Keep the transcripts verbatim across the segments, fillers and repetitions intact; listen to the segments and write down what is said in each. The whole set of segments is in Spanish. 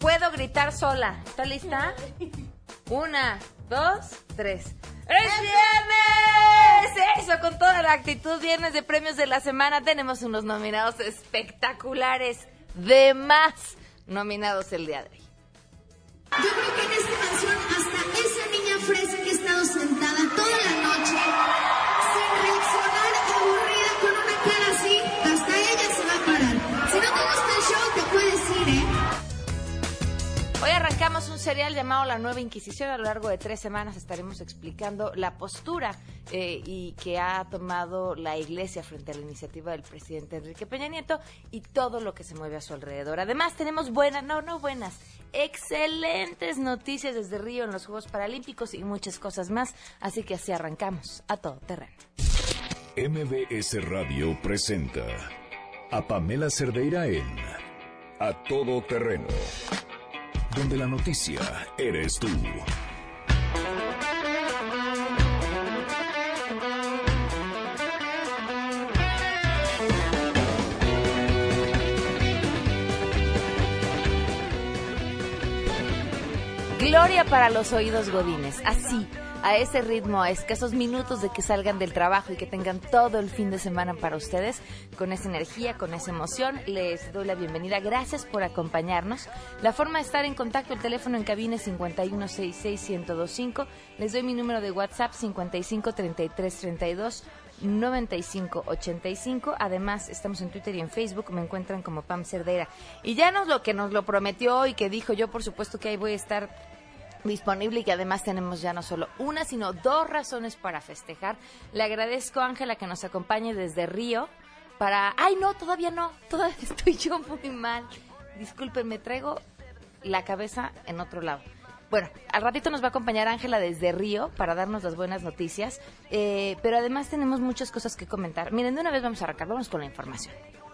puedo gritar sola. ¿Está lista? Una, dos, tres. ¡Es viernes! Eso, con toda la actitud, viernes de premios de la semana. Tenemos unos nominados espectaculares, de más nominados el día de hoy. Yo creo que en esta canción hasta esa niña fresa que ha estado sentada toda la noche sin reaccionar, aburrida, con una cara así, hasta ella se va a parar. Si no te gusta el show, te puedes ir, ¿eh? Hoy arrancamos un serial llamado La Nueva Inquisición. A lo largo de tres semanas estaremos explicando la postura eh, y que ha tomado la Iglesia frente a la iniciativa del presidente Enrique Peña Nieto y todo lo que se mueve a su alrededor. Además tenemos buenas, no, no buenas, excelentes noticias desde Río en los Juegos Paralímpicos y muchas cosas más. Así que así arrancamos a todo terreno. M B S Radio presenta a Pamela Cerdeira en A Todo Terreno, donde la noticia eres tú. Gloria para los oídos godines, así, a ese ritmo, a escasos minutos de que salgan del trabajo y que tengan todo el fin de semana para ustedes, con esa energía, con esa emoción, les doy la bienvenida. Gracias por acompañarnos. La forma de estar en contacto, el teléfono en cabina es cincuenta y uno sesenta y seis, ciento veinticinco. Les doy mi número de WhatsApp, cincuenta y cinco, treinta y tres, treinta y dos, noventa y cinco, ochenta y cinco. Además, estamos en Twitter y en Facebook, me encuentran como Pam Cerdeira. Y ya nos lo que nos lo prometió y que dijo yo, por supuesto que ahí voy a estar disponible y que además tenemos ya no solo una, sino dos razones para festejar. Le agradezco a Ángela que nos acompañe desde Río para... ¡Ay, no! Todavía no. Todavía estoy yo muy mal. Discúlpenme, traigo la cabeza en otro lado. Bueno, al ratito nos va a acompañar Ángela desde Río para darnos las buenas noticias, eh, pero además tenemos muchas cosas que comentar. Miren, de una vez vamos a arrancar, vamos con la información.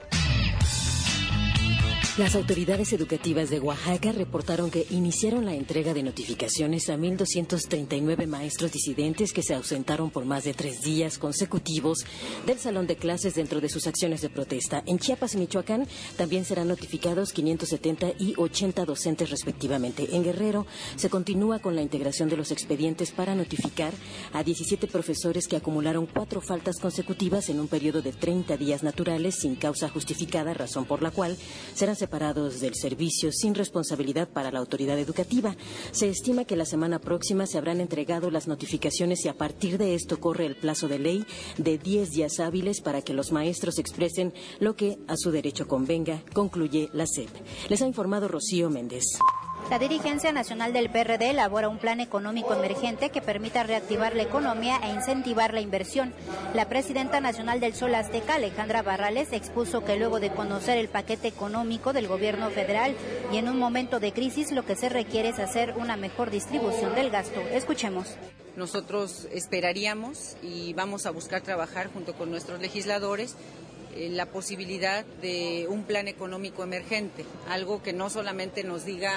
Las autoridades educativas de Oaxaca reportaron que iniciaron la entrega de notificaciones a mil doscientos treinta y nueve maestros disidentes que se ausentaron por más de tres días consecutivos del salón de clases dentro de sus acciones de protesta. En Chiapas y Michoacán también serán notificados quinientos setenta y ochenta docentes respectivamente. En Guerrero se continúa con la integración de los expedientes para notificar a diecisiete profesores que acumularon cuatro faltas consecutivas en un periodo de treinta días naturales sin causa justificada, razón por la cual serán separados del servicio sin responsabilidad para la autoridad educativa. Se estima que la semana próxima se habrán entregado las notificaciones y a partir de esto corre el plazo de ley de diez días hábiles para que los maestros expresen lo que a su derecho convenga, concluye la S E P. Les ha informado Rocío Méndez. La dirigencia nacional del P R D elabora un plan económico emergente que permita reactivar la economía e incentivar la inversión. La presidenta nacional del Sol Azteca, Alejandra Barrales, expuso que luego de conocer el paquete económico del gobierno federal y en un momento de crisis, lo que se requiere es hacer una mejor distribución del gasto. Escuchemos. Nosotros esperaríamos y vamos a buscar trabajar junto con nuestros legisladores la posibilidad de un plan económico emergente, algo que no solamente nos diga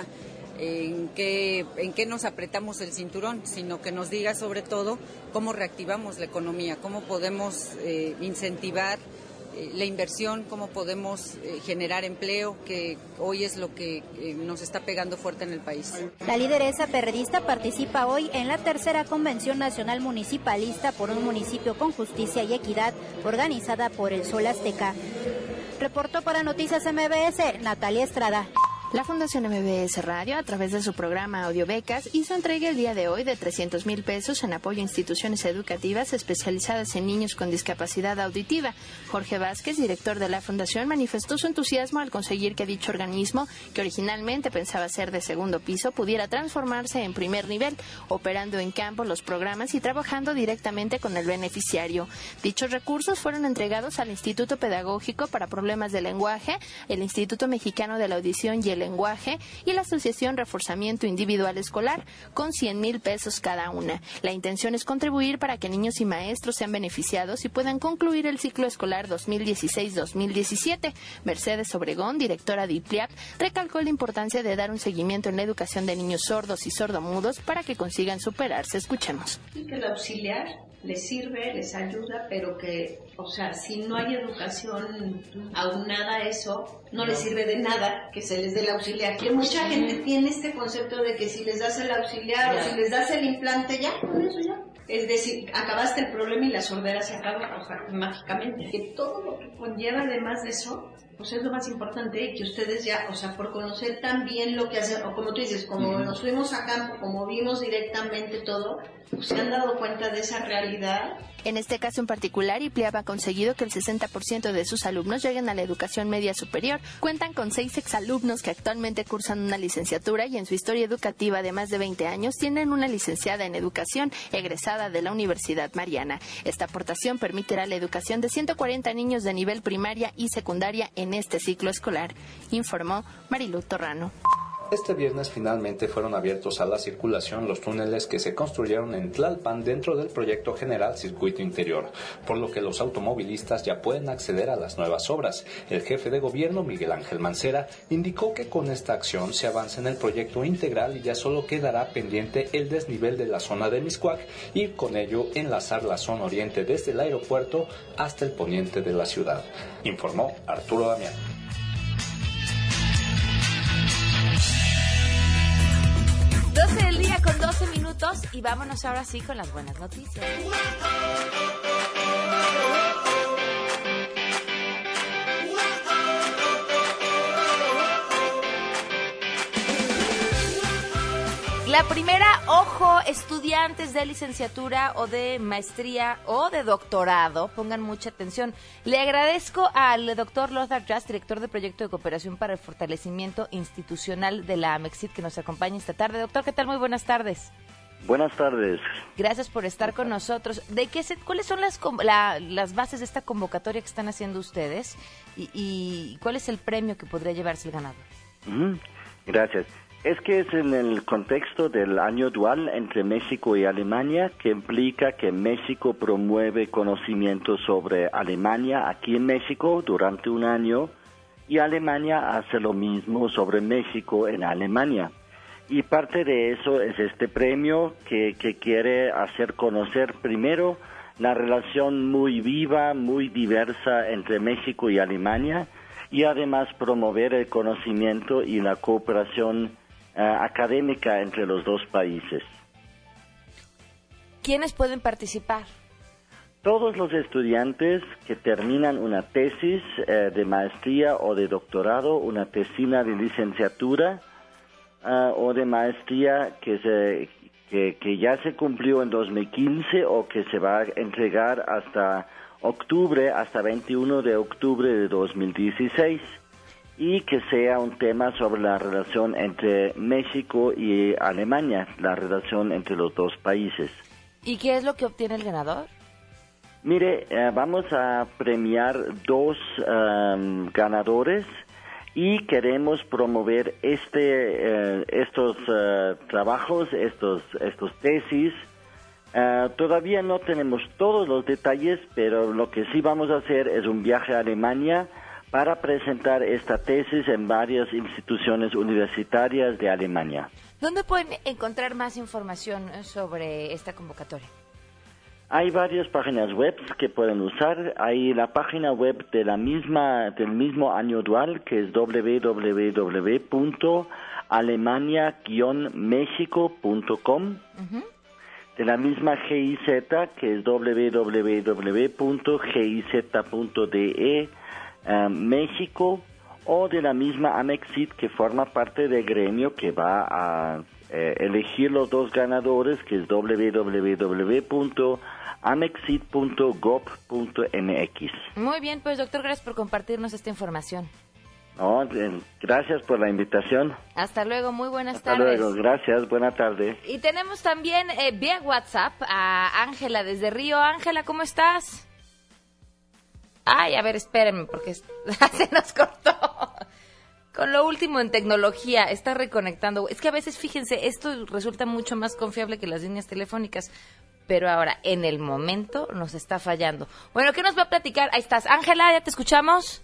en qué, en qué nos apretamos el cinturón, sino que nos diga sobre todo cómo reactivamos la economía, cómo podemos eh, incentivar eh, la inversión, cómo podemos eh, generar empleo, que hoy es lo que eh, nos está pegando fuerte en el país. La lideresa perredista participa hoy en la tercera Convención Nacional Municipalista por un municipio con justicia y equidad, organizada por el Sol Azteca. Reportó para Noticias M B S, Natalia Estrada. La Fundación M B S Radio, a través de su programa Audiobecas, hizo entrega el día de hoy de trescientos mil pesos en apoyo a instituciones educativas especializadas en niños con discapacidad auditiva. Jorge Vázquez, director de la Fundación, manifestó su entusiasmo al conseguir que dicho organismo, que originalmente pensaba ser de segundo piso, pudiera transformarse en primer nivel, operando en campo los programas y trabajando directamente con el beneficiario. Dichos recursos fueron entregados al Instituto Pedagógico para Problemas de Lenguaje, el Instituto Mexicano de la Audición y el Lenguaje y la Asociación Reforzamiento Individual Escolar, con cien mil pesos cada una. La intención es contribuir para que niños y maestros sean beneficiados y puedan concluir el ciclo escolar dos mil dieciséis dos mil diecisiete. Mercedes Obregón, directora de I P L I A P, recalcó la importancia de dar un seguimiento en la educación de niños sordos y sordomudos para que consigan superarse. Escuchemos. Y que el auxiliar les sirve, les ayuda, pero que, o sea, si no hay educación aunada a eso, no les sirve de nada que se les dé el auxiliar. Que mucha gente tiene este concepto de que si les das el auxiliar ya. o si les das el implante, ya, con eso ya. Es decir, acabaste el problema y la sordera se acaba, o sea, mágicamente. Que todo lo que conlleva además de eso, pues es lo más importante, que ustedes ya, o sea, por conocer tan bien lo que hacen, o como tú dices, como uh-huh. nos fuimos a campo, como vimos directamente todo, pues se han dado cuenta de esa realidad. En este caso en particular, IPLEAB ha conseguido que el sesenta por ciento de sus alumnos lleguen a la educación media superior. Cuentan con seis exalumnos que actualmente cursan una licenciatura y en su historia educativa de más de veinte años tienen una licenciada en educación egresada de la Universidad Mariana. Esta aportación permitirá la educación de ciento cuarenta niños de nivel primaria y secundaria en este ciclo escolar, informó Marilu Torrano. Este viernes finalmente fueron abiertos a la circulación los túneles que se construyeron en Tlalpan dentro del proyecto general Circuito Interior, por lo que los automovilistas ya pueden acceder a las nuevas obras. El jefe de gobierno, Miguel Ángel Mancera, indicó que con esta acción se avanza en el proyecto integral y ya solo quedará pendiente el desnivel de la zona de Mixcoac y con ello enlazar la zona oriente desde el aeropuerto hasta el poniente de la ciudad, informó Arturo Damián. doce del día con doce minutos y vámonos ahora sí con las buenas noticias. La primera, ojo, estudiantes de licenciatura o de maestría o de doctorado, pongan mucha atención. Le agradezco al doctor Lothar Just, director de Proyecto de Cooperación para el Fortalecimiento Institucional de la AMEXIT, que nos acompaña esta tarde. Doctor, ¿qué tal? Muy buenas tardes. Buenas tardes. Gracias por estar con nosotros. ¿De qué se, cuáles son las, la, las bases de esta convocatoria que están haciendo ustedes y, y cuál es el premio que podría llevarse el ganador? Mm, gracias. Es que es en el contexto del año dual entre México y Alemania, que implica que México promueve conocimiento sobre Alemania aquí en México durante un año y Alemania hace lo mismo sobre México en Alemania. Y parte de eso es este premio que, que quiere hacer conocer primero la relación muy viva, muy diversa entre México y Alemania y además promover el conocimiento y la cooperación Uh, académica entre los dos países. ¿Quiénes pueden participar? Todos los estudiantes que terminan una tesis uh, de maestría o de doctorado, una tesina de licenciatura uh, o de maestría que, se, que, que ya se cumplió en dos mil quince o que se va a entregar hasta octubre, hasta veintiuno de octubre de dos mil dieciséis. Y que sea un tema sobre la relación entre México y Alemania, la relación entre los dos países. ¿Y qué es lo que obtiene el ganador? Mire, eh, vamos a premiar dos um, ganadores y queremos promover este, eh, estos uh, trabajos, estos, estos tesis. Uh, todavía no tenemos todos los detalles, pero lo que sí vamos a hacer es un viaje a Alemania para presentar esta tesis en varias instituciones universitarias de Alemania. ¿Dónde pueden encontrar más información sobre esta convocatoria? Hay varias páginas web que pueden usar. Hay la página web de la misma del mismo año dual, que es doble u doble u doble u punto alemania guion mexico punto com. Uh-huh. De la misma G I Z, que es doble u doble u doble u punto g i z punto d e Uh, México, o de la misma AMEXIT, que forma parte del gremio que va a eh, elegir los dos ganadores, que es doble u doble u doble u punto amexit punto gov punto m x. Muy bien, pues doctor, gracias por compartirnos esta información. No, eh, gracias por la invitación. Hasta luego, muy buenas Hasta tardes. Hasta luego, gracias, buena tarde. Y tenemos también eh, vía WhatsApp a Ángela desde Río. Ángela, ¿cómo estás? Ay, a ver, espérenme, porque se nos cortó. Con lo último en tecnología, está reconectando. Es que a veces, fíjense, esto resulta mucho más confiable que las líneas telefónicas, pero ahora, en el momento, nos está fallando. Bueno, ¿qué nos va a platicar? Ahí estás. Ángela, ¿ya te escuchamos?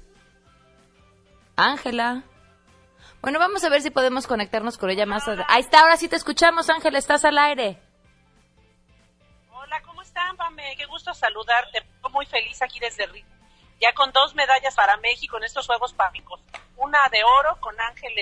Ángela. Bueno, vamos a ver si podemos conectarnos con ella más. Ahí está, ahora sí te escuchamos, Ángela, estás al aire. Hola, ¿cómo están, Pame? Qué gusto saludarte. Estoy muy feliz aquí desde Río. Ya con dos medallas para México en estos Juegos Páricos. Una de oro con Ángeles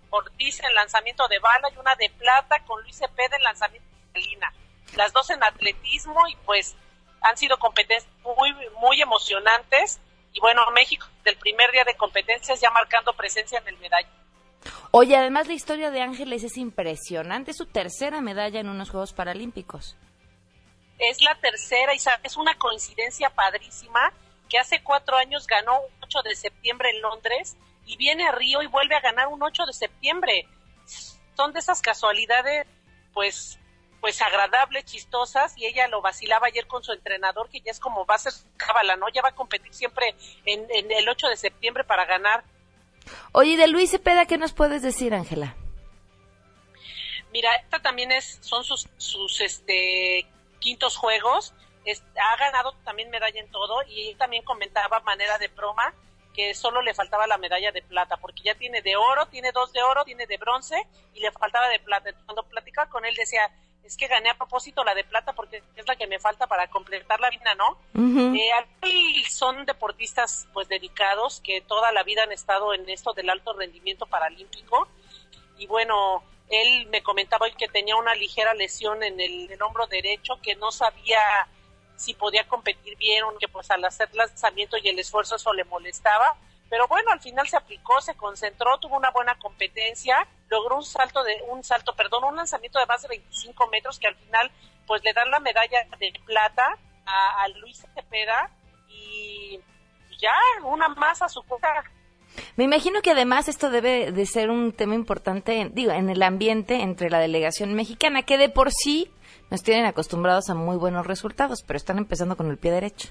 Ortiz en lanzamiento de bala y una de plata con Luis Cepeda en lanzamiento de jabalina. Las dos en atletismo y pues han sido competencias muy, muy emocionantes. Y bueno, México del primer día de competencias ya marcando presencia en el medallero. Oye, además la historia de Ángeles es impresionante, es su tercera medalla en unos Juegos Paralímpicos. Es la tercera y es una coincidencia padrísima que hace cuatro años ganó un ocho de septiembre en Londres y viene a Río y vuelve a ganar un ocho de septiembre. Son de esas casualidades, pues, pues agradables, chistosas, y ella lo vacilaba ayer con su entrenador, que ya es como va a ser cábala, ¿no? Ya va a competir siempre en, en el ocho de septiembre para ganar. Oye, de Luis Cepeda, ¿qué nos puedes decir, Ángela? Mira, esta también es, son sus, sus, este... quintos juegos, es, ha ganado también medalla en todo y también comentaba manera de broma que solo le faltaba la medalla de plata porque ya tiene de oro, tiene dos de oro, tiene de bronce y le faltaba de plata. Cuando platicaba con él decía, es que gané a propósito la de plata porque es la que me falta para completar la vida, ¿no? Uh-huh. Eh, son deportistas pues dedicados que toda la vida han estado en esto del alto rendimiento paralímpico y bueno, él me comentaba hoy que tenía una ligera lesión en el, en el hombro derecho, que no sabía si podía competir bien, o que pues al hacer lanzamiento y el esfuerzo eso le molestaba. Pero bueno, al final se aplicó, se concentró, tuvo una buena competencia, logró un salto, de un salto, perdón, un lanzamiento de más de veinticinco metros, que al final pues le dan la medalla de plata a, a Luis Cepeda y ya, una más a su cuenta. Me imagino que además esto debe de ser un tema importante, digo, en el ambiente entre la delegación mexicana, que de por sí nos tienen acostumbrados a muy buenos resultados, pero están empezando con el pie derecho.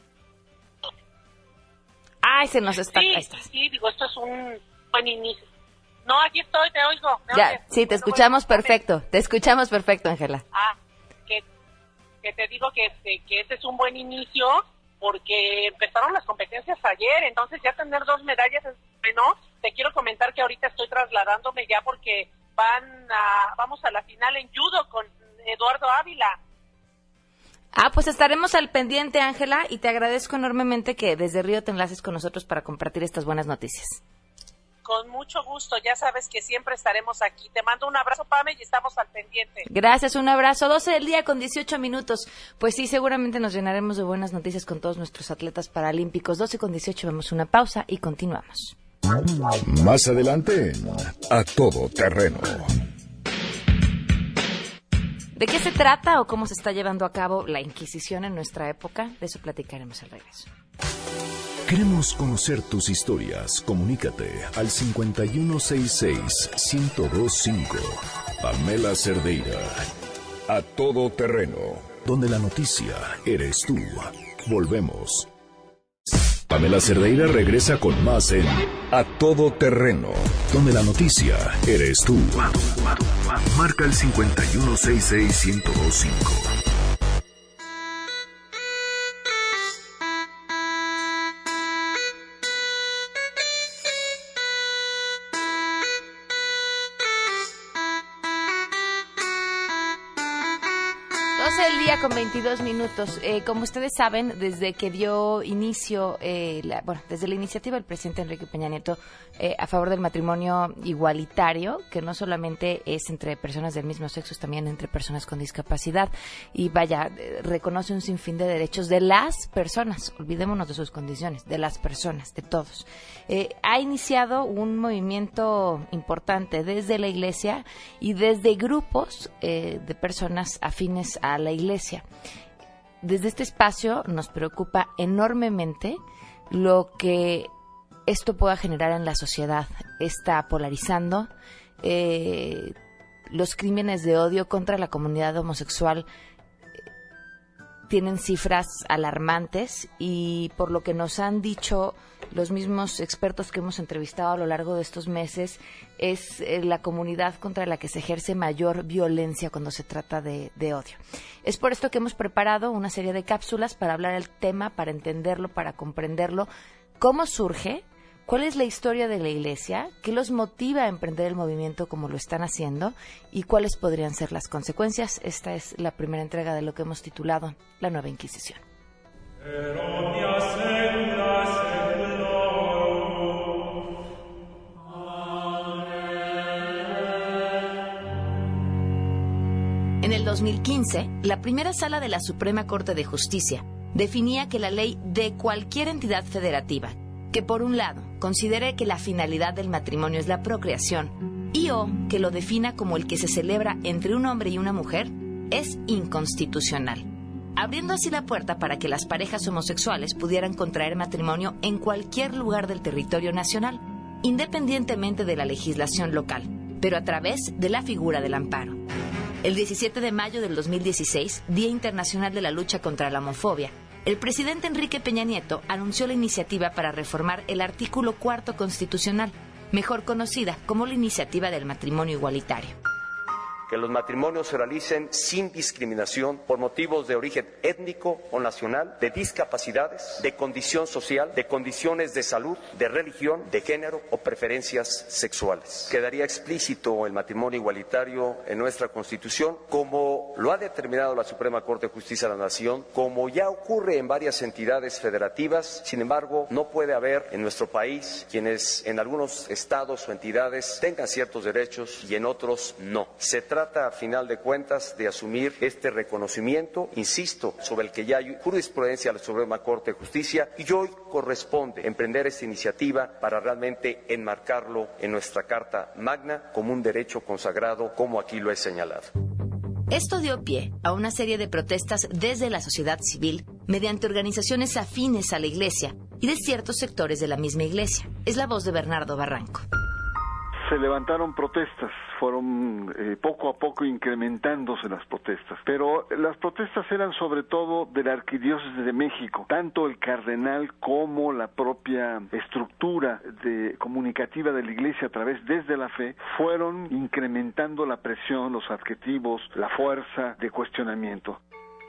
Ay, se nos está... Sí, sí, sí, digo, esto es un buen inicio. No, aquí estoy, te oigo. ¿Me ya, oyes? sí, te bueno, escuchamos bueno, perfecto, te escuchamos perfecto, Ángela. Ah, que, que te digo que este, que este es un buen inicio, porque empezaron las competencias ayer, entonces ya tener dos medallas es bueno. Te quiero comentar que ahorita estoy trasladándome ya porque van a, vamos a la final en judo con Eduardo Ávila. Ah, pues estaremos al pendiente, Ángela, y te agradezco enormemente que desde Río te enlaces con nosotros para compartir estas buenas noticias. Con mucho gusto, ya sabes que siempre estaremos aquí. Te mando un abrazo, Pame, y estamos al pendiente. Gracias, un abrazo. doce del día con dieciocho minutos. Pues sí, seguramente nos llenaremos de buenas noticias con todos nuestros atletas paralímpicos. doce con dieciocho, vemos una pausa y continuamos. Más adelante, A Todo Terreno. ¿De qué se trata o cómo se está llevando a cabo la Inquisición en nuestra época? De eso platicaremos al regreso. Queremos conocer tus historias. Comunícate al cincuenta y uno sesenta y seis, ciento dos cinco. Pamela Cerdeira. A Todo Terreno, donde la noticia eres tú. Volvemos. Pamela Cerdeira regresa con más en A Todo Terreno, donde la noticia eres tú. Marca el cincuenta y uno sesenta y seis, ciento dos cinco. El día con veintidós minutos. Eh, como ustedes saben, desde que dio inicio, eh, la, bueno, desde la iniciativa del presidente Enrique Peña Nieto eh, a favor del matrimonio igualitario, que no solamente es entre personas del mismo sexo, es también entre personas con discapacidad, y vaya, eh, reconoce un sinfín de derechos de las personas, olvidémonos de sus condiciones, de las personas, de todos. Eh, ha iniciado un movimiento importante desde la Iglesia y desde grupos eh, de personas afines a la Iglesia. Desde este espacio nos preocupa enormemente lo que esto pueda generar en la sociedad. Está polarizando, eh, los crímenes de odio contra la comunidad homosexual tienen cifras alarmantes, y por lo que nos han dicho los mismos expertos que hemos entrevistado a lo largo de estos meses, es eh, la comunidad contra la que se ejerce mayor violencia cuando se trata de, de odio. Es por esto que hemos preparado una serie de cápsulas para hablar del tema, para entenderlo, para comprenderlo, cómo surge, cuál es la historia de la Iglesia, qué los motiva a emprender el movimiento como lo están haciendo y cuáles podrían ser las consecuencias. Esta es la primera entrega de lo que hemos titulado La Nueva Inquisición. En el dos mil quince, la primera sala de la Suprema Corte de Justicia definía que la ley de cualquier entidad federativa que, por un lado, considere que la finalidad del matrimonio es la procreación y o que lo defina como el que se celebra entre un hombre y una mujer, es inconstitucional, abriendo así la puerta para que las parejas homosexuales pudieran contraer matrimonio en cualquier lugar del territorio nacional, independientemente de la legislación local, pero a través de la figura del amparo. El diecisiete de mayo del dos mil dieciséis, Día Internacional de la Lucha contra la Homofobia, el presidente Enrique Peña Nieto anunció la iniciativa para reformar el artículo cuarto constitucional, mejor conocida como la Iniciativa del Matrimonio Igualitario. Que los matrimonios se realicen sin discriminación por motivos de origen étnico o nacional, de discapacidades, de condición social, de condiciones de salud, de religión, de género o preferencias sexuales. Quedaría explícito el matrimonio igualitario en nuestra Constitución, como lo ha determinado la Suprema Corte de Justicia de la Nación, como ya ocurre en varias entidades federativas. Sin embargo, no puede haber en nuestro país quienes en algunos estados o entidades tengan ciertos derechos y en otros no. Se trata trata, a final de cuentas, de asumir este reconocimiento, insisto, sobre el que ya hay jurisprudencia de la Suprema Corte de Justicia, y hoy corresponde emprender esta iniciativa para realmente enmarcarlo en nuestra Carta Magna como un derecho consagrado, como aquí lo he señalado. Esto dio pie a una serie de protestas desde la sociedad civil, mediante organizaciones afines a la Iglesia y de ciertos sectores de la misma Iglesia. Es la voz de Bernardo Barranco. Se levantaron protestas, fueron eh, poco a poco incrementándose las protestas, pero las protestas eran sobre todo de la Arquidiócesis de México. Tanto el cardenal como la propia estructura de, comunicativa de la Iglesia a través desde la fe fueron incrementando la presión, los adjetivos, la fuerza de cuestionamiento.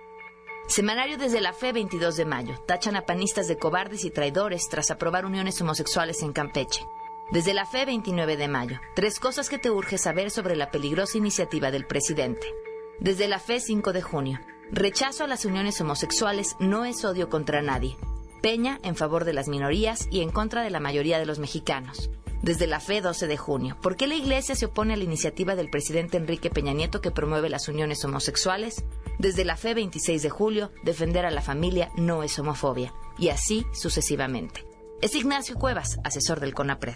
Semanario Desde la Fe, veintidós de mayo. Tachan a panistas de cobardes y traidores tras aprobar uniones homosexuales en Campeche. Desde la Fe, veintinueve de mayo. Tres cosas que te urge saber sobre la peligrosa iniciativa del presidente. Desde la Fe, cinco de junio. Rechazo a las uniones homosexuales no es odio contra nadie. Peña en favor de las minorías y en contra de la mayoría de los mexicanos. Desde la Fe, doce de junio. ¿Por qué la Iglesia se opone a la iniciativa del presidente Enrique Peña Nieto que promueve las uniones homosexuales? Desde la Fe, veintiséis de julio. Defender a la familia no es homofobia. Y así sucesivamente. Es Ignacio Cuevas, asesor del CONAPRED.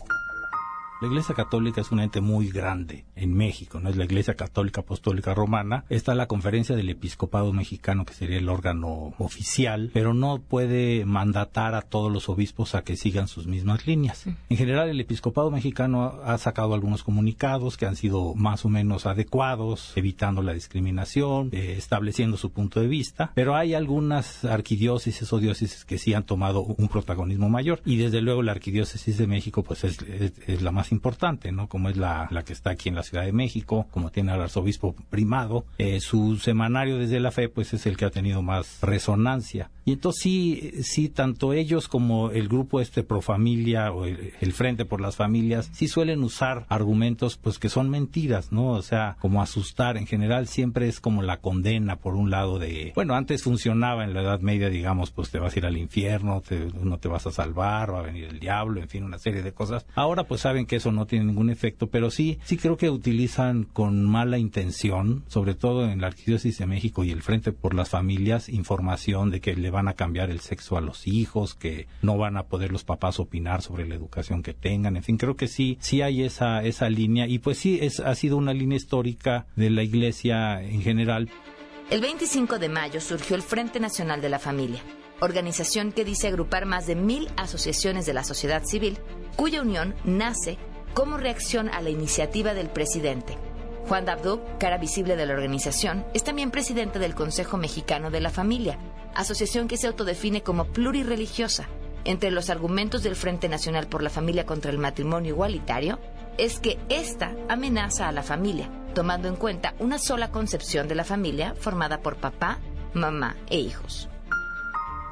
La Iglesia Católica es un ente muy grande en México, no es la Iglesia Católica Apostólica Romana. Está la Conferencia del Episcopado Mexicano, que sería el órgano oficial, pero no puede mandatar a todos los obispos a que sigan sus mismas líneas. En general, el Episcopado Mexicano ha sacado algunos comunicados que han sido más o menos adecuados, evitando la discriminación, eh, estableciendo su punto de vista, pero hay algunas arquidiócesis o diócesis que sí han tomado un protagonismo mayor, y desde luego la Arquidiócesis de México pues es, es, es la más importante, ¿no? Como es la, la que está aquí en la Ciudad de México, como tiene al arzobispo primado, eh, su semanario Desde la Fe, pues es el que ha tenido más resonancia. Y entonces sí, sí, tanto ellos como el grupo este Pro Familia o el, el Frente por las Familias, sí suelen usar argumentos pues que son mentiras, ¿no? O sea, como asustar. En general siempre es como la condena, por un lado, de, bueno, antes funcionaba en la Edad Media, digamos, pues te vas a ir al infierno, te, no te vas a salvar, va a venir el diablo, en fin, una serie de cosas. Ahora pues saben que eso no tiene ningún efecto, pero sí, sí creo que utilizan con mala intención, sobre todo en la Arquidiócesis de México y el Frente por las Familias, información de que le van a cambiar el sexo a los hijos, que no van a poder los papás opinar sobre la educación que tengan. En fin, creo que sí, sí hay esa, esa línea, y pues sí, es, ha sido una línea histórica de la Iglesia en general. El veinticinco de mayo surgió el Frente Nacional de la Familia, organización que dice agrupar más de mil asociaciones de la sociedad civil, cuya unión nace como reacción a la iniciativa del presidente. Juan Dabdub, cara visible de la organización, es también presidente del Consejo Mexicano de la Familia, asociación que se autodefine como plurirreligiosa. Entre los argumentos del Frente Nacional por la Familia contra el matrimonio igualitario es que ésta amenaza a la familia, tomando en cuenta una sola concepción de la familia formada por papá, mamá e hijos.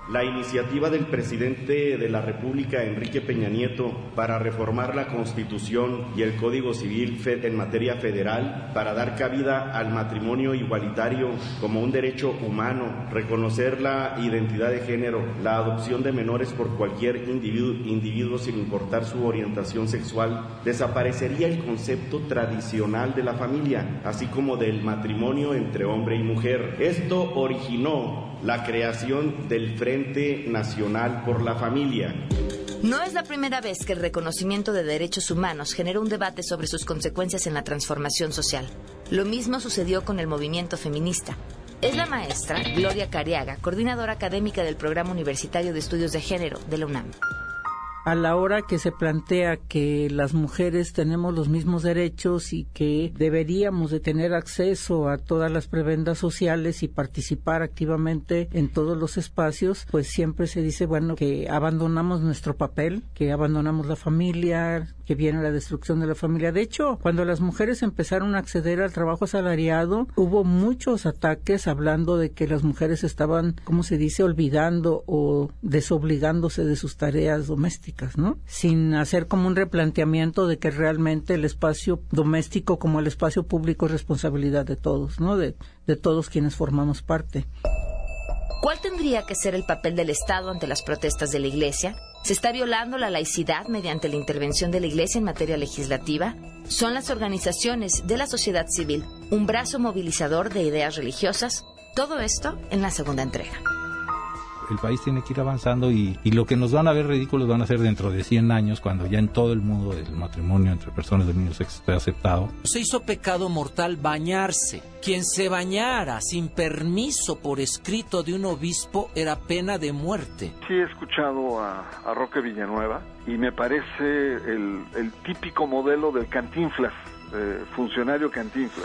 La iniciativa del presidente de la República, Enrique Peña Nieto, para reformar la Constitución y el Código Civil en materia federal, para dar cabida al matrimonio igualitario como un derecho humano, reconocer la identidad de género, la adopción de menores por cualquier individuo, individuo sin importar su orientación sexual, desaparecería el concepto tradicional de la familia, así como del matrimonio entre hombre y mujer. Esto originó la creación del Frente Nacional por la Familia. No es la primera vez que el reconocimiento de derechos humanos genera un debate sobre sus consecuencias en la transformación social. Lo mismo sucedió con el movimiento feminista. Es la maestra Gloria Cariaga, coordinadora académica del Programa Universitario de Estudios de Género de la UNAM. A la hora que se plantea que las mujeres tenemos los mismos derechos y que deberíamos de tener acceso a todas las prebendas sociales y participar activamente en todos los espacios, pues siempre se dice, bueno, que abandonamos nuestro papel, que abandonamos la familia, que viene la destrucción de la familia. De hecho, cuando las mujeres empezaron a acceder al trabajo asalariado, hubo muchos ataques hablando de que las mujeres estaban, ¿cómo se dice?, olvidando o desobligándose de sus tareas domésticas, ¿no? Sin hacer como un replanteamiento de que realmente el espacio doméstico como el espacio público es responsabilidad de todos, ¿no? De, de todos quienes formamos parte. ¿Cuál tendría que ser el papel del Estado ante las protestas de la Iglesia? ¿Se está violando la laicidad mediante la intervención de la Iglesia en materia legislativa? ¿Son las organizaciones de la sociedad civil un brazo movilizador de ideas religiosas? Todo esto en la segunda entrega. El país tiene que ir avanzando y, y lo que nos van a ver ridículos van a ser dentro de cien años, cuando ya en todo el mundo el matrimonio entre personas del mismo sexo esté aceptado. Se hizo pecado mortal bañarse. Quien se bañara sin permiso por escrito de un obispo era pena de muerte. Sí he escuchado a, a Roque Villanueva y me parece el, el típico modelo del Cantinflas, eh, funcionario Cantinflas.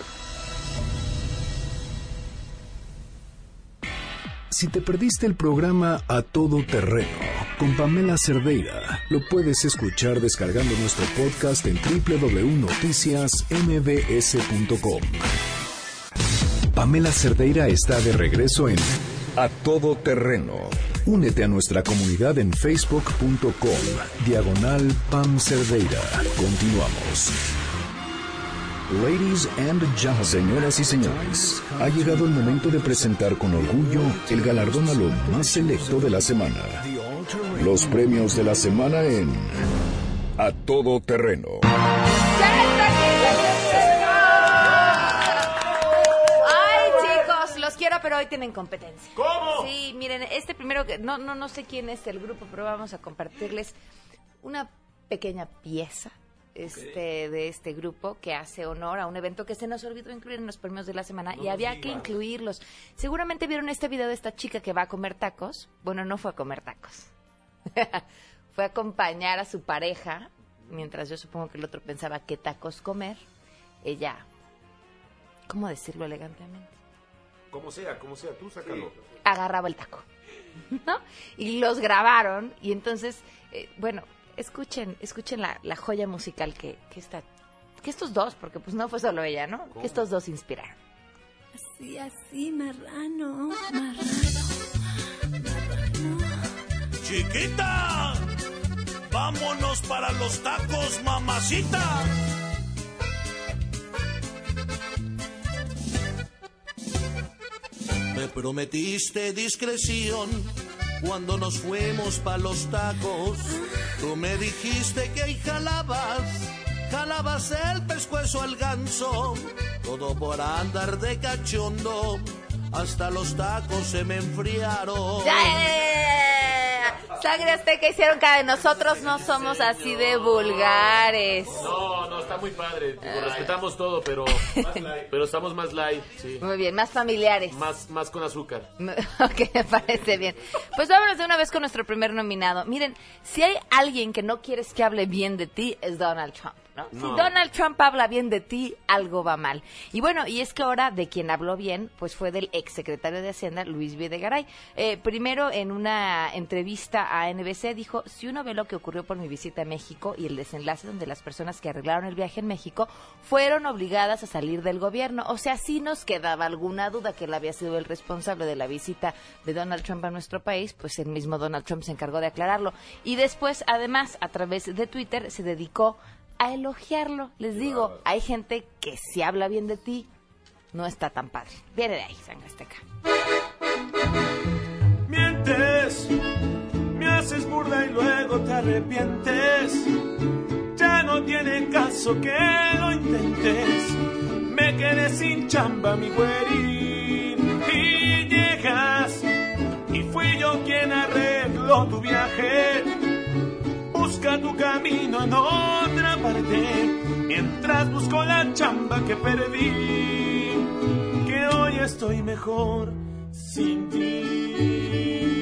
Si te perdiste el programa A Todo Terreno con Pamela Cerdeira, lo puedes escuchar descargando nuestro podcast en doble u doble u doble u punto noticias m b s punto com. Pamela Cerdeira está de regreso en A Todo Terreno. Únete a nuestra comunidad en facebook punto com, diagonal Pam Cerdeira. Continuamos. Ladies and gentlemen, señoras y señores, ha llegado el momento de presentar con orgullo el galardón a lo más selecto de la semana. Los premios de la semana en A Todo Terreno. Ay, chicos, los quiero, pero hoy tienen competencia. ¿Cómo? Sí, miren, este primero, que no, no, no sé quién es el grupo, pero vamos a compartirles una pequeña pieza. Este, de este grupo que hace honor a un evento que se nos olvidó incluir en los premios de la semana no y había digas. que incluirlos. Seguramente vieron este video de esta chica que va a comer tacos. Bueno, no fue a comer tacos. Fue a acompañar a su pareja, mientras yo supongo que el otro pensaba qué tacos comer. Ella, ¿cómo decirlo elegantemente? Como sea, como sea, tú sácalo. Sí. Agarraba el taco, ¿no? Y los grabaron y entonces, eh, bueno... Escuchen, escuchen la, la joya musical que, que, esta, que estos dos, porque pues no fue solo ella, ¿no? ¿Cómo? Que estos dos inspiraron. Así, así, marrano, marrano, marrano. ¡Chiquita! ¡Vámonos para los tacos, mamacita! Me prometiste discreción cuando nos fuimos pa' los tacos. Tú me dijiste que ahí jalabas, jalabas el pescuezo al ganso, todo por andar de cachondo, hasta los tacos se me enfriaron. Sangre Azteca hicieron cada de nosotros, no somos así de vulgares. No, no, está muy padre, digo, respetamos todo, pero pero estamos más light, sí. Muy bien, más familiares. Más, más con azúcar. Ok, me parece bien. Pues vámonos de una vez con nuestro primer nominado. Miren, si hay alguien que no quieres que hable bien de ti, es Donald Trump. ¿no? No. Si Donald Trump habla bien de ti, algo va mal. Y bueno, y es que ahora de quien habló bien, pues fue del exsecretario de Hacienda, Luis Videgaray. Eh, primero, en una entrevista a N B C, dijo, si uno ve lo que ocurrió por mi visita a México y el desenlace donde las personas que arreglaron el viaje en México fueron obligadas a salir del gobierno. O sea, sí nos quedaba alguna duda que él había sido el responsable de la visita de Donald Trump a nuestro país, pues el mismo Donald Trump se encargó de aclararlo. Y después, además, a través de Twitter, se dedicó a elogiarlo. Les digo, hay gente que si habla bien de ti, no está tan padre. Viene de ahí, Sangre Azteca. Mientes, me haces burla y luego te arrepientes. Ya no tiene caso que lo intentes. Me quedé sin chamba, mi güerín. Y llegas, y fui yo quien arregló tu viaje. Busca tu camino en otra parte, mientras busco la chamba que perdí, que hoy estoy mejor sin ti.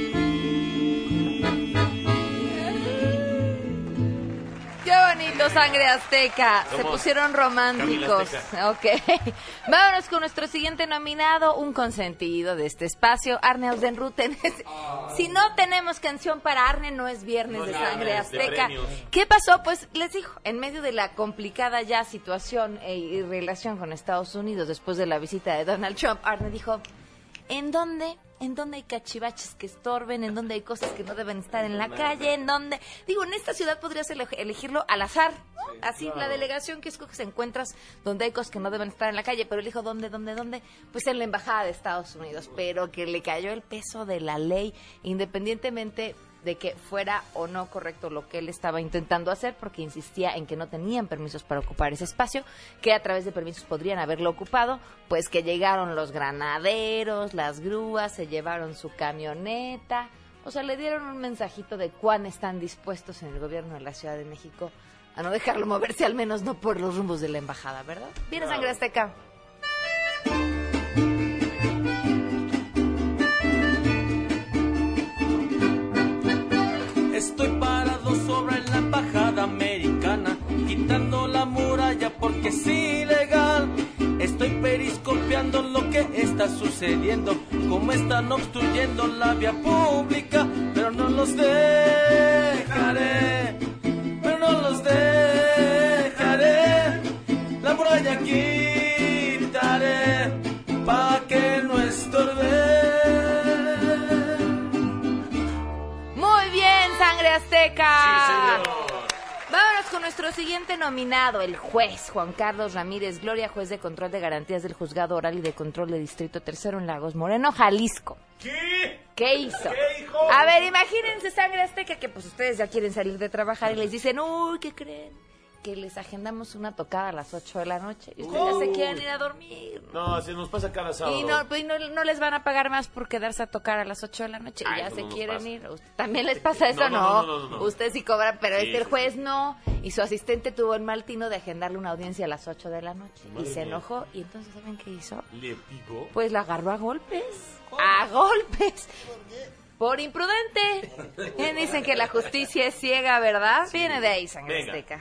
¡Qué bonito, Sangre Azteca! Se pusieron románticos. Ok. Vámonos con nuestro siguiente nominado, un consentido de este espacio, Arne Audenruten. Si no tenemos canción para Arne, no es viernes No de ganes Sangre de Azteca. premios. ¿Qué pasó? Pues les digo, en medio de la complicada ya situación e, y relación con Estados Unidos después de la visita de Donald Trump, Arne dijo, ¿en dónde? ¿En dónde hay cachivaches que estorben? ¿En dónde hay cosas que no deben estar en la calle? ¿En dónde? Digo, en esta ciudad podrías ele- elegirlo al azar, ¿no? Así, claro. la delegación que escoges encuentras donde hay cosas que no deben estar en la calle, pero él dijo, ¿dónde, dónde, dónde? Pues en la embajada de Estados Unidos, pero que le cayó el peso de la ley, independientemente de que fuera o no correcto lo que él estaba intentando hacer, porque insistía en que no tenían permisos para ocupar ese espacio, que a través de permisos podrían haberlo ocupado, pues que llegaron los granaderos, las grúas, se llevaron su camioneta, o sea, le dieron un mensajito de cuán están dispuestos en el gobierno de la Ciudad de México a no dejarlo moverse, al menos no por los rumbos de la embajada, ¿verdad? Viene Sangre Azteca. Estoy parado sobre la embajada americana, quitando la muralla porque es ilegal. Estoy periscopiando lo que está sucediendo, cómo están obstruyendo la vía pública, pero no los dejaré, pero no los dejaré. La muralla quitaré pa' que no estorbe. Muy bien, Sangre Azteca. Sí, señor. Vámonos con nuestro siguiente nominado, el juez Juan Carlos Ramírez Gloria, juez de control de garantías del Juzgado Oral y de Control de Distrito Tercero en Lagos Moreno, Jalisco. ¿Qué? ¿Qué hizo? ¿Qué, hijo? A ver, imagínense, Sangre Azteca, que pues ustedes ya quieren salir de trabajar y les dicen, uy, ¿qué creen? Que les agendamos una tocada a las ocho de la noche y ustedes ya se quieren ir a dormir. No, así nos pasa cada sábado. Y no, pues, no, no les van a pagar más por quedarse a tocar a las ocho de la noche. Ay, y ya no, se no nos quieren pasa. ir. ¿También les pasa eso? No, No, no, no, no, no, no. Ustedes sí cobran, pero Sí, este el sí, juez no. Y su asistente tuvo el mal tino de agendarle una audiencia a las ocho de la noche. Madre y se mía. enojó. Y entonces, ¿saben qué hizo? ¿Le picó? Pues la agarró a golpes. ¡A golpes! Por imprudente. Bien, dicen que la justicia es ciega, ¿verdad? Viene de ahí, Sangre Venga. Azteca.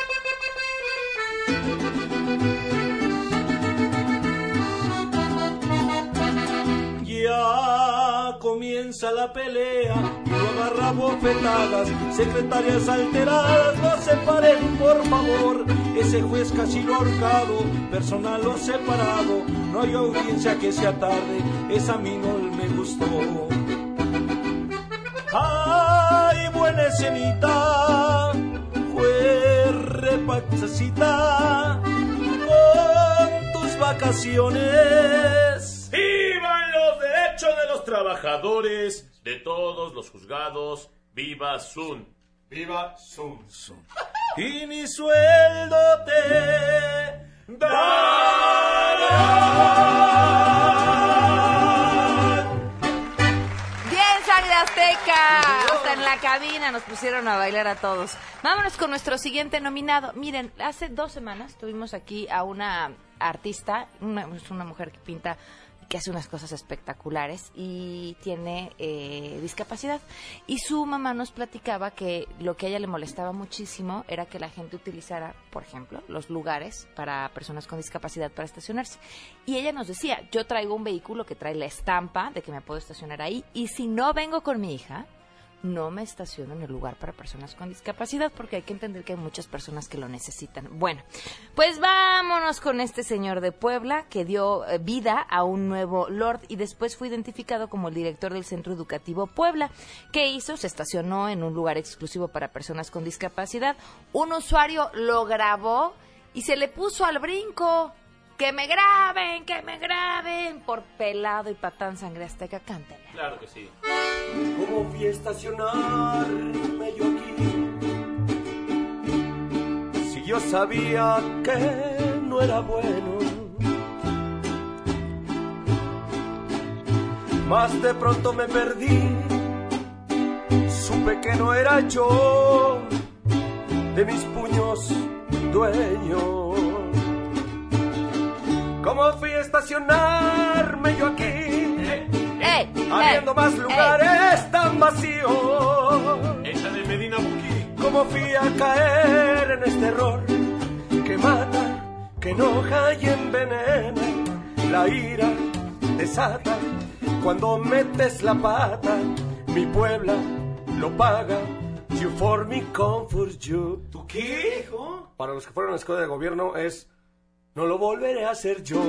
Ya comienza la pelea, lo agarra bofetadas, secretarias alteradas, no se paren por favor, ese juez casi lo ha ahorcado, personal lo ha separado, no hay audiencia que sea tarde, esa a mí no me gustó. Ay, buena escenita, fue repachacita, con tus vacaciones. ¡Vivan los derechos de los trabajadores de todos los juzgados! ¡Viva Sun! ¡Viva Sun! Y mi sueldo te dará. Bien, Sangre Azteca. Hasta en la cabina nos pusieron a bailar a todos. Vámonos con nuestro siguiente nominado. Miren, hace dos semanas tuvimos aquí a una artista, una, es una mujer que pinta que hace unas cosas espectaculares y tiene eh, discapacidad. Y su mamá nos platicaba que lo que a ella le molestaba muchísimo era que la gente utilizara, por ejemplo, los lugares para personas con discapacidad para estacionarse. Y ella nos decía, yo traigo un vehículo que trae la estampa de que me puedo estacionar ahí, y si no vengo con mi hija, no me estaciono en el lugar para personas con discapacidad, porque hay que entender que hay muchas personas que lo necesitan. Bueno, pues vámonos con este señor de Puebla que dio eh, vida a un nuevo Lord y después fue identificado como el director del Centro Educativo Puebla. ¿Qué hizo? Se estacionó en un lugar exclusivo para personas con discapacidad. Un usuario lo grabó y se le puso al brinco. ¡Que me graben! ¡Que me graben! Por pelado y patán sangre azteca, cántale. Claro que sí. ¿Cómo fui a estacionarme yo aquí? Si yo sabía que no era bueno. Más de pronto me perdí. Supe que no era yo de mis puños dueño. ¿Cómo fui a estacionarme yo aquí? ¡Ey! Habiendo ey, más lugares ey. tan vacíos. Esa de Medina Buki. ¿Cómo fui a caer en este error que mata, que enoja y envenena? La ira desata cuando metes la pata. Mi Puebla lo paga. You for me, comfort you. ¿Tú qué, hijo? Para los que fueron a la escuela de gobierno es... No lo volveré a hacer yo.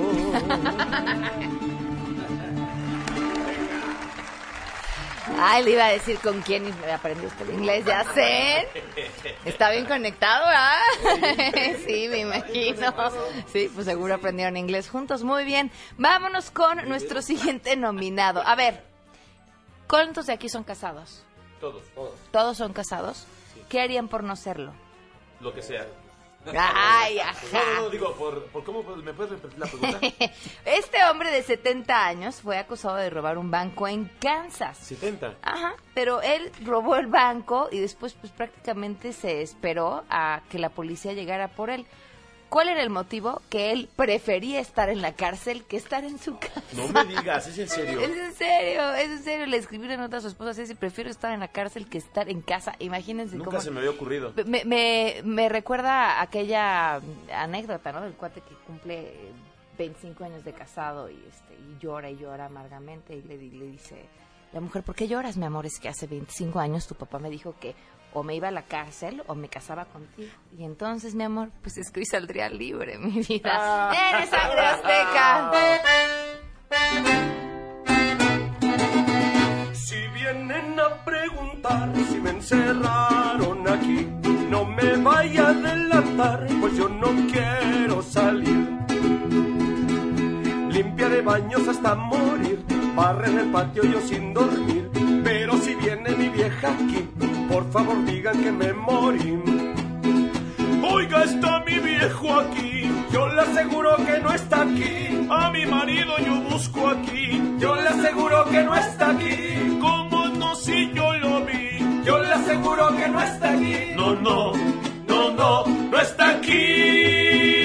Ay, le iba a decir con quién aprendió usted el inglés, ya sé. Está bien conectado, ¿ah? Sí, me imagino. Sí, pues seguro aprendieron inglés juntos. Muy bien. Vámonos con nuestro siguiente nominado. A ver, ¿cuántos de aquí son casados? Todos, todos. ¿Todos son casados? Sí. ¿Qué harían por no serlo? Lo que sea. Ay, ajá. No, no, no, digo, por, por ¿cómo me puedes repetir la pregunta? Este hombre de setenta años fue acusado de robar un banco en Kansas. ¿setenta? Ajá, pero él robó el banco y después pues prácticamente se esperó a que la policía llegara por él. ¿Cuál era el motivo? Que él prefería estar en la cárcel que estar en su casa. No me digas, ¿es en serio? Es en serio, es en serio. Le escribió una nota a su esposa, así, prefiero estar en la cárcel que estar en casa. Imagínense Nunca cómo... se me había ocurrido. Me, me, me recuerda aquella anécdota, ¿no? Del cuate que cumple veinticinco años de casado y este y llora y llora amargamente y le, le dice, la mujer, ¿por qué lloras, mi amor? Es que hace veinticinco años tu papá me dijo que o me iba a la cárcel o me casaba contigo. Y entonces, mi amor, pues es que hoy saldría libre, mi vida. Ah. ¡Eres sangre azteca! Si vienen a preguntar si me encerraron aquí, no me vaya a adelantar, pues yo no quiero salir. Limpia de baños hasta morir, barre en el patio yo sin dormir. Pero si viene mi vieja aquí, por favor digan que me morí. Oiga, está mi viejo aquí. Yo le aseguro que no está aquí. A mi marido yo busco aquí. Yo le aseguro que no está aquí. ¿Cómo no si yo lo vi? Yo le aseguro que no está aquí. No, no, no, no, no está aquí.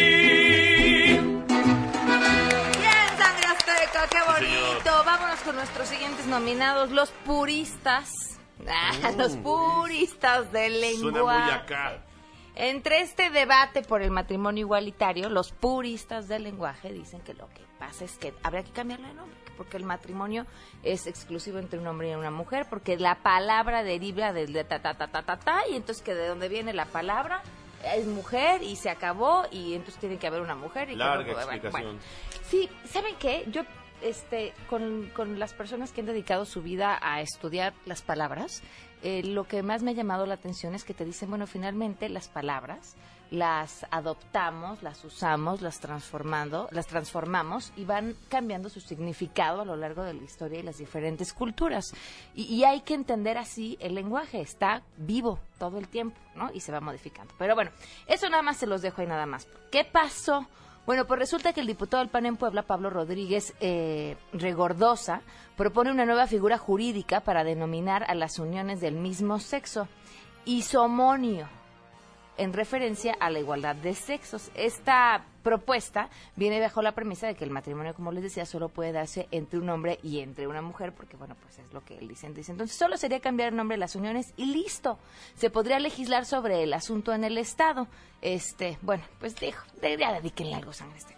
¡Qué bonito! Vámonos con nuestros siguientes nominados, los puristas. Ah, uh, los puristas del lenguaje. Suena muy acá. Entre este debate por el matrimonio igualitario, los puristas del lenguaje dicen que lo que pasa es que habría que cambiarle de nombre, porque el matrimonio es exclusivo entre un hombre y una mujer, porque la palabra deriva del de ta ta ta ta ta ta, y entonces que de dónde viene la palabra es mujer y se acabó, y entonces tiene que haber una mujer. Y Larga que no, explicación. Bueno, sí, ¿saben qué? Yo Este, con, con las personas que han dedicado su vida a estudiar las palabras, eh, lo que más me ha llamado la atención es que te dicen, bueno, finalmente las palabras las adoptamos, las usamos, las transformando, las transformamos y van cambiando su significado a lo largo de la historia y las diferentes culturas. Y, y hay que entender así el lenguaje, está vivo todo el tiempo, ¿no? Y se va modificando. Pero bueno, eso nada más se los dejo ahí nada más. ¿Qué pasó? Bueno, pues resulta que el diputado del P A N en Puebla, Pablo Rodríguez eh, Regordosa, propone una nueva figura jurídica para denominar a las uniones del mismo sexo, isomonio. en referencia a la igualdad de sexos. Esta propuesta viene bajo la premisa de que el matrimonio, como les decía, solo puede darse entre un hombre y entre una mujer, porque bueno, pues es lo que él dice. Dice, entonces solo sería cambiar el nombre de las uniones y listo. Se podría legislar sobre el asunto en el Estado. Este, bueno, pues dijo, ya dedíquenle algo, Sangre Azteca.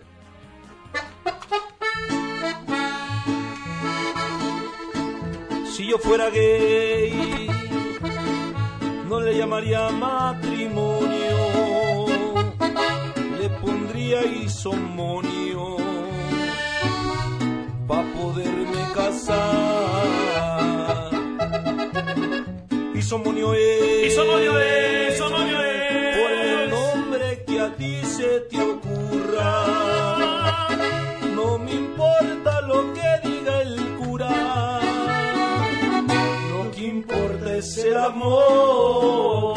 Si yo fuera gay, no le llamaría matrimonio, le pondría isomonio, pa' poderme casar. Isomonio es, Isomonio es, Isomonio es, por el nombre que a ti se te ocurra, no me importa lo que diga el cura. Lo que importa es el amor.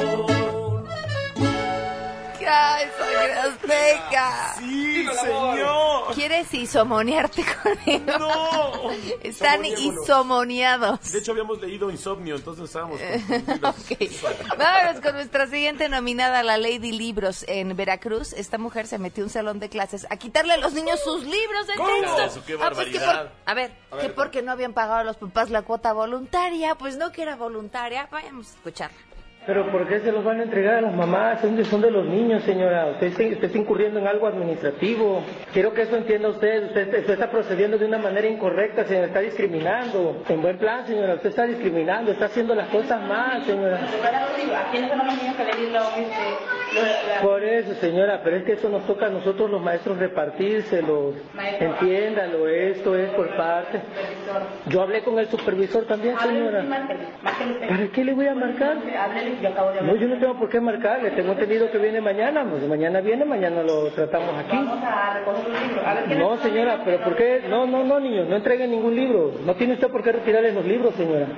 ¡Ay, Sangre Azteca! Sí, señor. ¿Quieres isomonearte conmigo? No. Están isomoneados. De hecho, habíamos leído Insomnio, entonces estábamos okay. Vámonos con nuestra siguiente nominada, la Lady Libros en Veracruz. Esta mujer se metió a un salón de clases a quitarle a los niños sus libros de texto. Eso, qué ah, pues que por, a ver, a ver que porque no habían pagado a los papás la cuota voluntaria. Pues no que era voluntaria. Vayamos a escucharla. ¿Pero por qué se los van a entregar a las mamás? Son de, son de los niños, señora. Usted, usted está incurriendo en algo administrativo. Quiero que eso entienda usted. Usted, usted está procediendo de una manera incorrecta, señora. Está discriminando. En buen plan, señora. Usted está discriminando. Está haciendo las cosas mal, señora. ¿A quiénes son los niños que le dieron este, la... Por eso, señora. Pero es que eso nos toca a nosotros los maestros repartírselos. Maestro, entiéndalo. Esto es por parte. Yo hablé con el supervisor también, señora. ¿Para qué le voy a marcar? Yo acabo de no, yo no tengo por qué marcarle, tengo entendido que viene mañana, pues mañana viene, mañana lo tratamos aquí. Vamos a recoger los libros. A ver, no, señora, pero ¿por qué? No, no, no, niños, no entreguen ningún libro. No tiene usted por qué retirarles los libros, señora.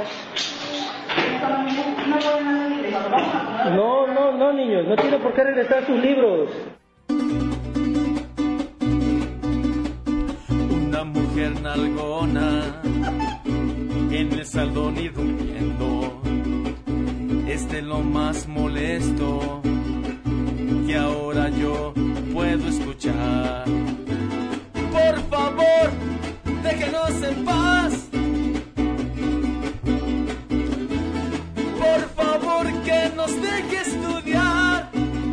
No, no, no, niños, no tiene por qué regresar sus libros. Una mujer nalgona en el salón y durmiendo. Es de lo más molesto que ahora yo puedo escuchar. Por favor, déjenos en paz. Por favor, que nos deje estudiar.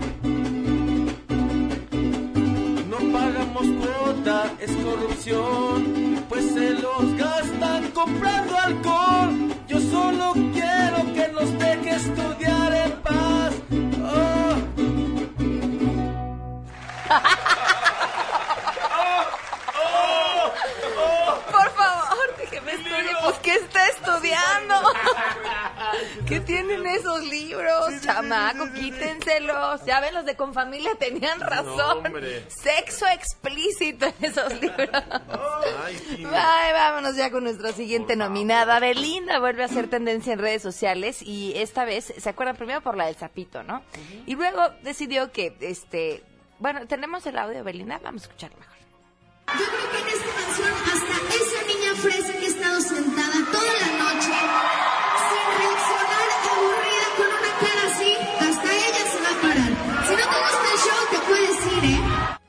No pagamos cuota, es corrupción, pues se los gastan comprando alcohol. Yo solo quiero que nos deje estudiar en paz. Oh. Por favor, déjeme estudiar. Pues, ¿qué está estudiando? ¿Qué tienen esos libros, sí, sí, chamaco? Sí, sí, sí, quítenselos. Ya ven, los de Confamilia tenían razón. No, sexo explícito en esos libros. Ay, sí. Ay, vámonos ya con nuestra siguiente nominada. Belinda vuelve a hacer tendencia en redes sociales y esta vez, ¿se acuerdan? Primero por la del sapito, ¿no? Uh-huh. Y luego decidió que, este... Bueno, tenemos el audio de Belinda, vamos a escucharlo mejor. Yo creo que en esta canción hasta esa niña fresa que ha estado sentada toda la noche sin reaccionar, aburrida, con una cara así, hasta ella se va a parar. Si no te gusta el show, te puedes ir, ¿eh?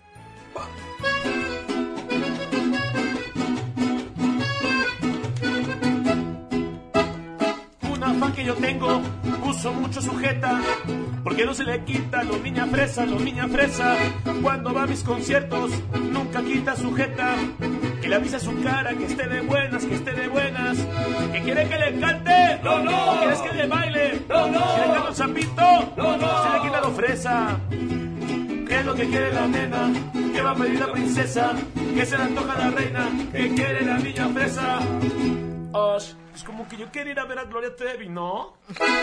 Una fan que yo tengo puso mucho sujeta, porque no se le quita lo niña fresa, lo niña fresa. Cuando va a mis conciertos nunca quita sujeta, que le avisa su cara que esté de buenas, que esté de buenas, que quiere que le cante, no, no, o quieres que le baile, no, no, si le canta el sapito, no, no, si le quita lo fresa. ¿Qué es lo que quiere la nena? ¿Qué va a pedir la princesa? ¿Qué se le antoja a la reina? ¿Qué quiere la niña fresa? Osh, es como que yo quiero ir a ver a Gloria Trevi, ¿no?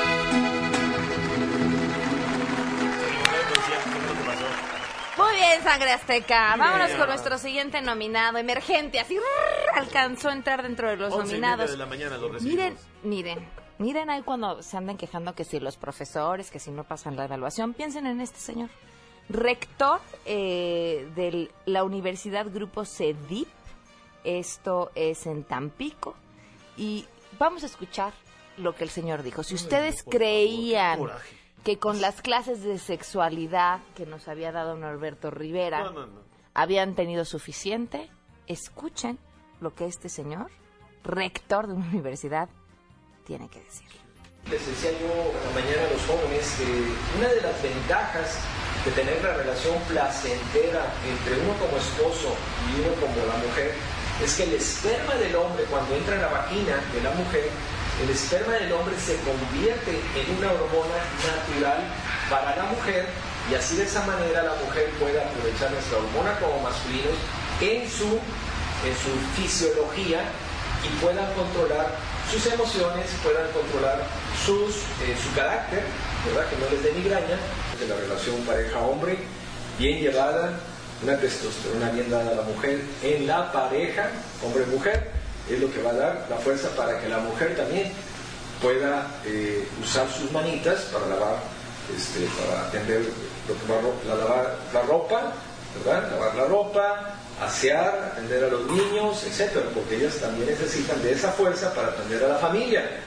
Muy bien, Sangre Azteca. Vámonos con nuestro siguiente nominado, emergente. Así rrr, alcanzó a entrar dentro de los nominados. De la mañana lo miren, miren, miren ahí cuando se andan quejando que si los profesores, que si no pasan la evaluación, piensen en este señor. Rector eh, de la Universidad Grupo CEDIP. Esto es en Tampico. Y vamos a escuchar lo que el señor dijo. Si ustedes creían que con las clases de sexualidad que nos había dado Norberto Rivera No, no, no. habían tenido suficiente. Escuchen lo que este señor, rector de una universidad, tiene que decir. Les decía yo en la mañana a los jóvenes que una de las ventajas de tener la relación placentera entre uno como esposo y uno como la mujer es que el esperma del hombre, cuando entra en la vagina de la mujer, el esperma del hombre se convierte en una hormona natural para la mujer, y así de esa manera la mujer puede aprovechar nuestra hormona como masculinos en su, en su fisiología, y puedan controlar sus emociones, puedan controlar sus, eh, su carácter, ¿verdad? Que no les dé migraña. De la relación pareja-hombre bien llevada, una testosterona bien dada a la mujer en la pareja, hombre-mujer, es lo que va a dar la fuerza para que la mujer también pueda eh, usar sus manitas para lavar, este, para atender lo que va a la, lavar la ropa, ¿verdad? Lavar la ropa, asear, atender a los niños, etcétera, porque ellas también necesitan de esa fuerza para atender a la familia.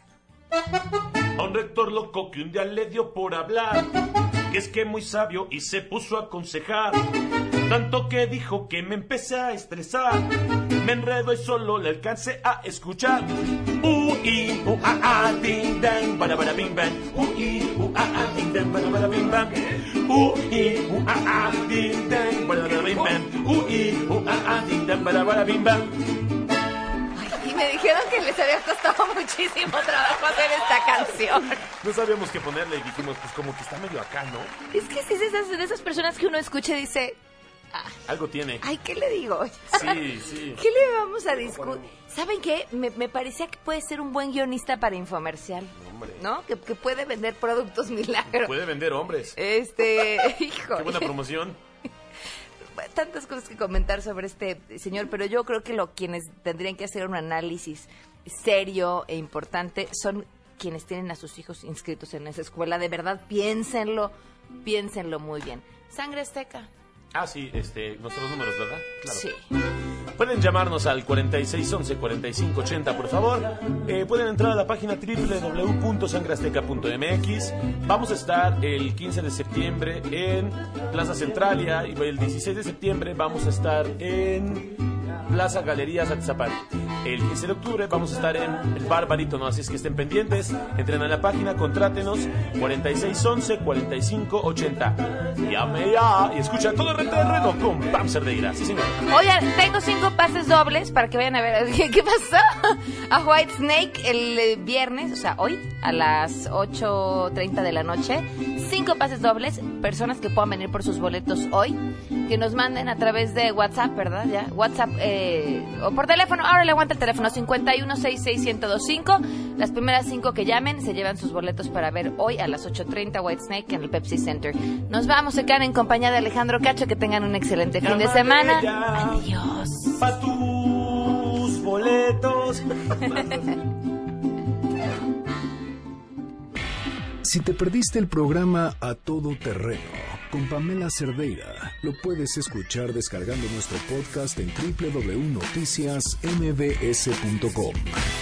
A un rector loco que un día le dio por hablar, que es que muy sabio y se puso a aconsejar, tanto que dijo que me empecé a estresar, me enredo y solo le alcancé a escuchar. U i u a a ding dang, bara bara bing bang. U i u a a ding dang, bara bara bing bang. U i u a a ding dang, bara bara bing bang. U i u a a ding dang, bara bara bing bang. Y me dijeron que les había costado muchísimo trabajo hacer esta canción. No sabíamos qué ponerle y dijimos, pues como que está medio acá, ¿no? Es que es de esas, de esas personas que uno escucha y dice... Ah, algo tiene. Ay, ¿qué le digo? Sí, sí. ¿Qué le vamos a discutir? ¿Saben qué? Me, me parecía que puede ser un buen guionista para infomercial. Hombre. ¿No? Que, que puede vender productos milagros. Puede vender hombres. Este, hijo. Qué buena promoción. Tantas cosas que comentar sobre este señor, pero yo creo que lo quienes tendrían que hacer un análisis serio e importante son quienes tienen a sus hijos inscritos en esa escuela. De verdad, piénsenlo, piénsenlo muy bien. Sangre Azteca. Ah, sí, este, nuestros números, ¿verdad? Claro. Sí. Pueden llamarnos al cuarenta y seis once, cuarenta y cinco ochenta, por favor. Eh, pueden entrar a la página doble u doble u doble u punto sangre azteca punto m x. Vamos a estar el quince de septiembre en Plaza Centralia y el dieciséis de septiembre vamos a estar en Plaza Galerías Atizapán. El quince de octubre vamos a estar en el Bar Barítono, así es que estén pendientes. Entren a la página, contrátenos, cuarenta y seis once, cuarenta y cinco ochenta. Llame ya y escucha todo el retorno con Pam Cerdeira. Sí, señor. Oigan, tengo cinco pases dobles para que vayan a ver. ¿Qué, qué pasó? A White Snake el eh, viernes, o sea, hoy, a las ocho treinta de la noche. Cinco pases dobles, personas que puedan venir por sus boletos hoy, que nos manden a través de WhatsApp, ¿verdad? Ya, WhatsApp eh, o por teléfono. Ahora le aguanta el teléfono cincuenta y uno sesenta y seis ciento veinticinco. Las primeras cinco que llamen se llevan sus boletos para ver hoy a las ocho treinta White Snake en el Pepsi Center. Nos vamos, se quedan en compañía de Alejandro Cacho. Que tengan un excelente fin de semana. Adiós. Pa' tus boletos. Si te perdiste el programa A Todo Terreno con Pamela Cerdeira, lo puedes escuchar descargando nuestro podcast en doble u doble u doble u punto noticias m b s punto com.